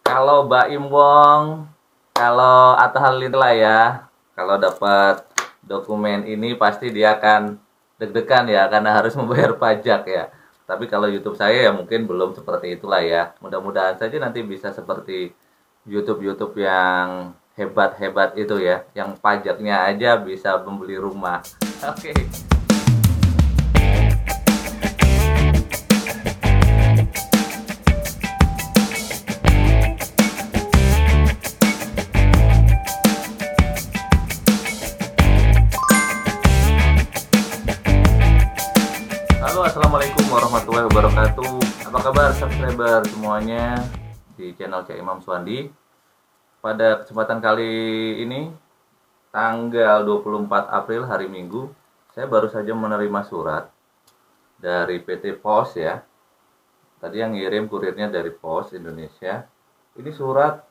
Kalau Baim Wong, kalau Atta Halilintar ya, kalau dapat dokumen ini pasti dia akan deg-degan ya karena harus membayar pajak ya. Tapi kalau YouTube saya ya mungkin belum seperti itulah ya. Mudah-mudahan saja nanti bisa seperti YouTube yang hebat-hebat itu ya, yang pajaknya aja bisa membeli rumah. Oke. Halo, assalamualaikum warahmatullahi wabarakatuh. Apa kabar subscriber semuanya di channel Cak Imam Suwandi? Pada kesempatan kali ini, tanggal 24 April hari Minggu, saya baru saja menerima surat dari PT Pos ya. Tadi yang ngirim kurirnya dari Pos Indonesia. Ini surat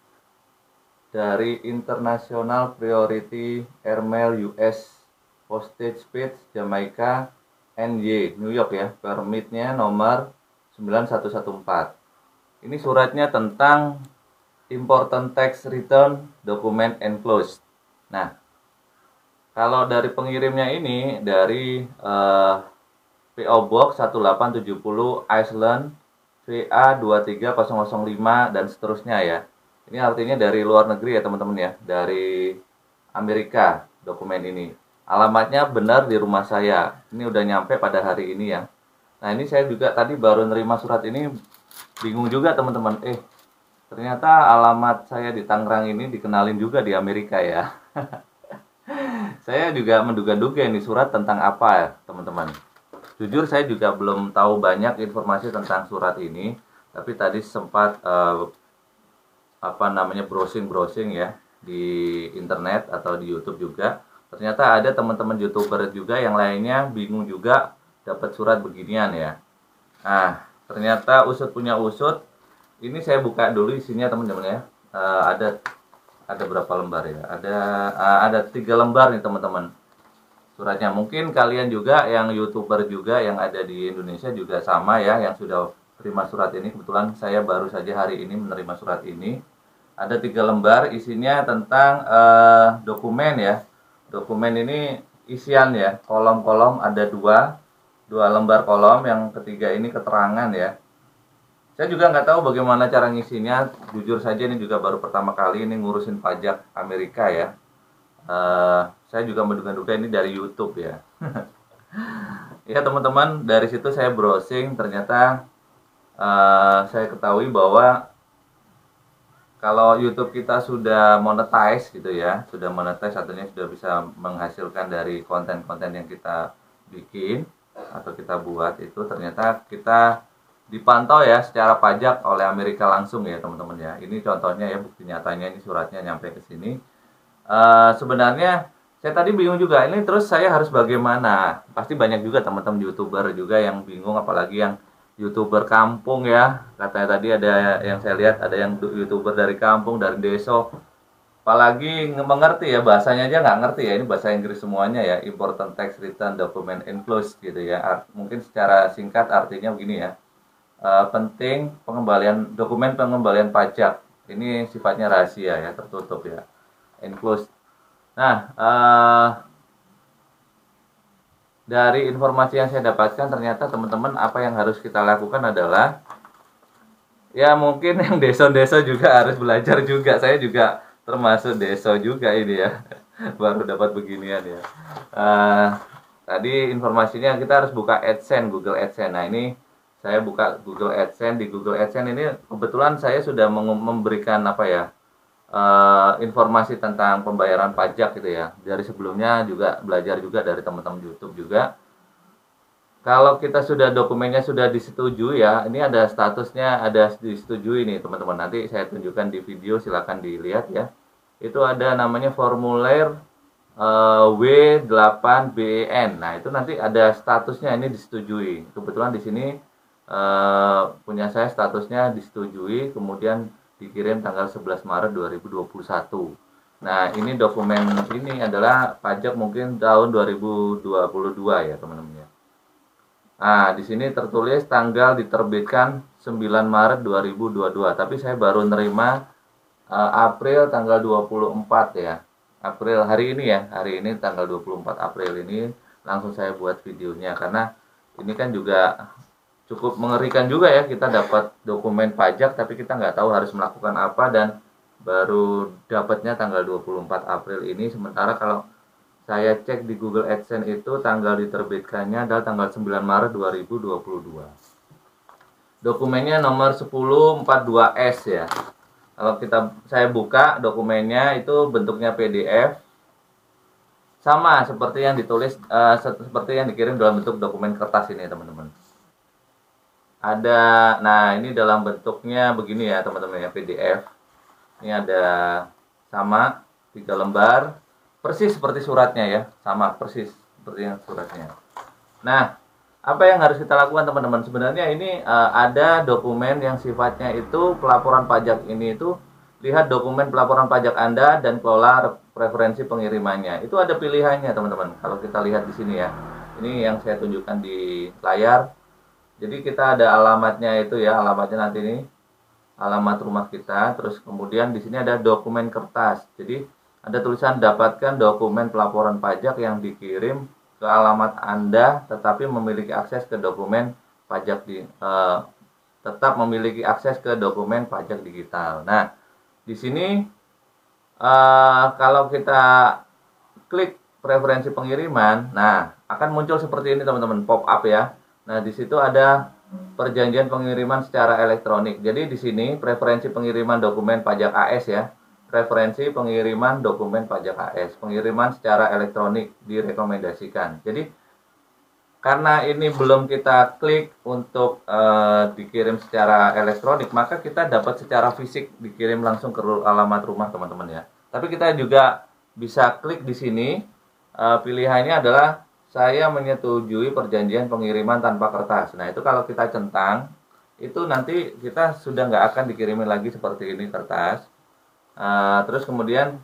dari International Priority Airmail US Postage Speed Jamaica NY New York ya, permitnya nomor 9114. Ini suratnya tentang important tax return document enclosed. Nah, kalau dari pengirimnya ini dari PO Box 1870 Iceland VA 23005 dan seterusnya ya. Ini artinya dari luar negeri ya teman-teman ya, dari Amerika dokumen ini. Alamatnya benar di rumah saya. Ini udah nyampe pada hari ini ya. Nah, ini saya juga tadi baru nerima surat ini, bingung juga teman-teman. Ternyata alamat saya di Tangerang ini dikenalin juga di Amerika ya. Saya juga menduga-duga ini surat tentang apa ya teman-teman. Jujur saya juga belum tahu banyak informasi tentang surat ini. Tapi tadi sempat browsing ya di internet atau di YouTube juga. Ternyata ada teman-teman YouTuber juga yang lainnya bingung juga dapat surat beginian ya. Nah, ternyata usut punya usut. Ini saya buka dulu isinya teman-teman ya. Ada berapa lembar ya? Ada 3 lembar nih teman-teman. Suratnya mungkin kalian juga yang YouTuber juga yang ada di Indonesia juga sama ya, yang sudah terima surat ini. Kebetulan saya baru saja hari ini menerima surat ini. Ada 3 lembar, isinya tentang dokumen ya. Dokumen ini isian ya, kolom-kolom ada dua lembar kolom, yang ketiga ini keterangan ya. Saya juga nggak tahu bagaimana cara ngisinya, jujur saja ini juga baru pertama kali ini ngurusin pajak Amerika ya. Saya juga menduga-duga ini dari YouTube ya. Ya teman-teman, dari situ saya browsing, ternyata saya ketahui bahwa kalau YouTube kita sudah monetize gitu ya, artinya sudah bisa menghasilkan dari konten-konten yang kita bikin atau kita buat, itu ternyata kita dipantau ya secara pajak oleh Amerika langsung ya teman-teman ya. Ini contohnya ya, bukti nyatanya, ini suratnya nyampe ke sini. Sebenarnya saya tadi bingung juga, ini terus saya harus bagaimana? Pasti banyak juga teman-teman YouTuber juga yang bingung, apalagi yang YouTuber kampung ya. Katanya tadi ada yang saya lihat, ada yang YouTuber dari kampung, dari desa. Apalagi mengerti ya, bahasanya aja nggak ngerti ya. Ini bahasa Inggris semuanya ya, important tax return document enclosed gitu ya. Mungkin secara singkat artinya begini ya. Penting dokumen pengembalian pajak. Ini sifatnya rahasia ya, tertutup ya. Enclosed. Nah, dari informasi yang saya dapatkan, ternyata teman-teman apa yang harus kita lakukan adalah ya mungkin yang deso-deso juga harus belajar juga. Saya juga termasuk deso juga ini ya. Baru dapat beginian ya. Tadi informasinya kita harus buka AdSense, Google AdSense. Nah, ini saya buka Google AdSense. Di Google AdSense ini kebetulan saya sudah memberikan informasi tentang pembayaran pajak gitu ya. Dari sebelumnya juga belajar juga dari teman-teman YouTube juga. Kalau kita sudah dokumennya sudah disetujui ya, ini ada statusnya, ada disetujui nih teman-teman. Nanti saya tunjukkan di video, silakan dilihat ya. Itu ada namanya formulir W8BEN. Nah, itu nanti ada statusnya, ini disetujui. Kebetulan di sini punya saya statusnya disetujui, kemudian dikirim tanggal 11 Maret 2021. Nah, ini dokumen ini adalah pajak mungkin tahun 2022 ya, teman-teman ya. Nah, di sini tertulis tanggal diterbitkan 9 Maret 2022, tapi saya baru nerima April tanggal 24 ya. April hari ini ya. Hari ini tanggal 24 April ini langsung saya buat videonya karena ini kan juga cukup mengerikan juga ya, kita dapat dokumen pajak tapi kita nggak tahu harus melakukan apa, dan baru dapatnya tanggal 24 April ini. Sementara kalau saya cek di Google AdSense itu tanggal diterbitkannya adalah tanggal 9 Maret 2022. Dokumennya nomor 1042S ya. Kalau saya buka dokumennya itu bentuknya PDF. Sama seperti yang ditulis seperti yang dikirim dalam bentuk dokumen kertas ini, teman-teman. Nah ini dalam bentuknya begini ya, teman-teman ya, PDF. Ini ada sama 3 lembar. Persis seperti suratnya ya, sama persis seperti yang suratnya. Nah, apa yang harus kita lakukan teman-teman? Sebenarnya ini ada dokumen yang sifatnya itu pelaporan pajak ini itu, lihat dokumen pelaporan pajak Anda dan kelola preferensi pengirimannya. Itu ada pilihannya teman-teman. Kalau kita lihat di sini ya, ini yang saya tunjukkan di layar. Jadi kita ada alamatnya itu ya, alamatnya nanti ini alamat rumah kita. Terus kemudian di sini ada dokumen kertas. Jadi ada tulisan dapatkan dokumen pelaporan pajak yang dikirim ke alamat Anda, tetapi memiliki akses ke dokumen pajak tetap memiliki akses ke dokumen pajak digital. Nah, di sini kalau kita klik preferensi pengiriman, nah akan muncul seperti ini teman-teman, pop up ya. Nah, di situ ada perjanjian pengiriman secara elektronik. Jadi di sini preferensi pengiriman dokumen pajak AS ya. Preferensi pengiriman dokumen pajak AS, pengiriman secara elektronik direkomendasikan. Jadi karena ini belum kita klik untuk dikirim secara elektronik, maka kita dapat secara fisik dikirim langsung ke alamat rumah teman-teman ya. Tapi kita juga bisa klik di sini, pilihannya adalah saya menyetujui perjanjian pengiriman tanpa kertas. Nah itu kalau kita centang, itu nanti kita sudah nggak akan dikirimin lagi seperti ini kertas. Terus kemudian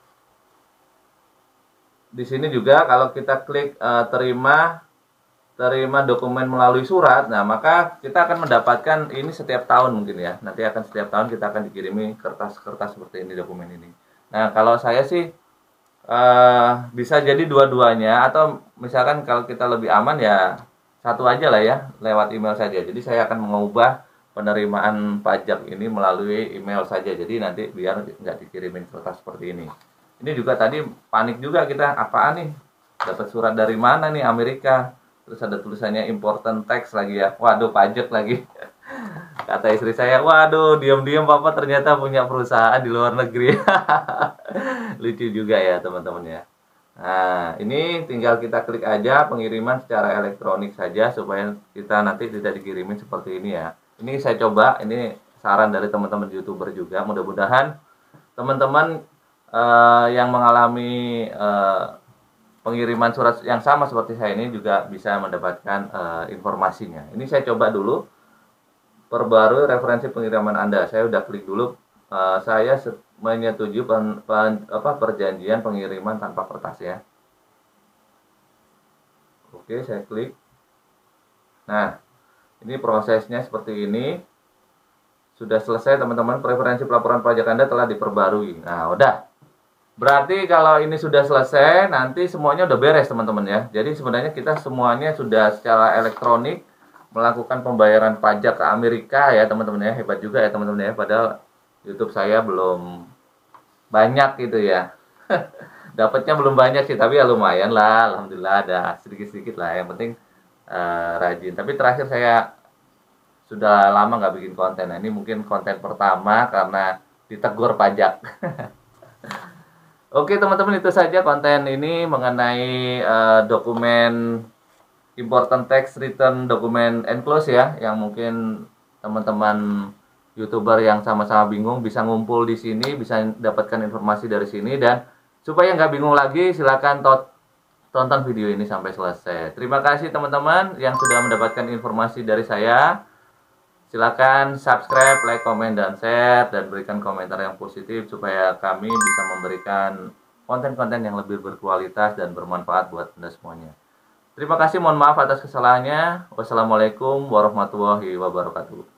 di sini juga kalau kita klik terima dokumen melalui surat, nah maka kita akan mendapatkan ini setiap tahun mungkin ya. Nanti akan setiap tahun kita akan dikirimi kertas-kertas seperti ini, dokumen ini. Nah kalau saya sih bisa jadi dua-duanya, atau misalkan kalau kita lebih aman ya satu aja lah ya, lewat email saja. Jadi saya akan mengubah penerimaan pajak ini melalui email saja, jadi nanti biar nggak dikirimin kertas seperti ini. Ini juga tadi panik juga kita, apaan nih, dapat surat dari mana nih, Amerika, terus ada tulisannya important tax lagi ya, waduh pajak lagi. Kata istri saya, waduh diam-diam papa ternyata punya perusahaan di luar negeri. Lucu juga ya teman-teman ya. Nah ini tinggal kita klik aja pengiriman secara elektronik saja, supaya kita nanti tidak dikirimin seperti ini ya. Ini saya coba, ini saran dari teman-teman YouTuber juga. Mudah-mudahan teman-teman yang mengalami pengiriman surat yang sama seperti saya ini juga bisa mendapatkan informasinya. Ini saya coba dulu, perbarui referensi pengiriman Anda. Saya udah klik dulu, saya menyetujui perjanjian pengiriman tanpa kertas ya. Oke, saya klik. Nah, ini prosesnya seperti ini. Sudah selesai teman-teman, preferensi pelaporan pajak Anda telah diperbarui. Nah, udah. Berarti kalau ini sudah selesai, nanti semuanya udah beres teman-teman ya. Jadi sebenarnya kita semuanya sudah secara elektronik melakukan pembayaran pajak ke Amerika ya teman-teman ya. Hebat juga ya teman-teman ya. Padahal YouTube saya belum banyak gitu ya. Dapatnya belum banyak sih, tapi ya lumayan lah. Alhamdulillah ada sedikit-sedikit lah. Yang penting rajin. Tapi terakhir saya sudah lama nggak bikin konten. Nah, ini mungkin konten pertama karena ditegur pajak. Oke teman-teman, itu saja konten ini mengenai dokumen important tax return dokumen enclose ya, yang mungkin teman-teman YouTuber yang sama-sama bingung bisa ngumpul di sini, bisa dapatkan informasi dari sini. Dan supaya nggak bingung lagi, silakan tonton video ini sampai selesai. Terima kasih teman-teman yang sudah mendapatkan informasi dari saya. Silakan subscribe, like, komen, dan share, dan berikan komentar yang positif supaya kami bisa memberikan konten-konten yang lebih berkualitas dan bermanfaat buat Anda semuanya. Terima kasih, mohon maaf atas kesalahannya. Wassalamualaikum warahmatullahi wabarakatuh.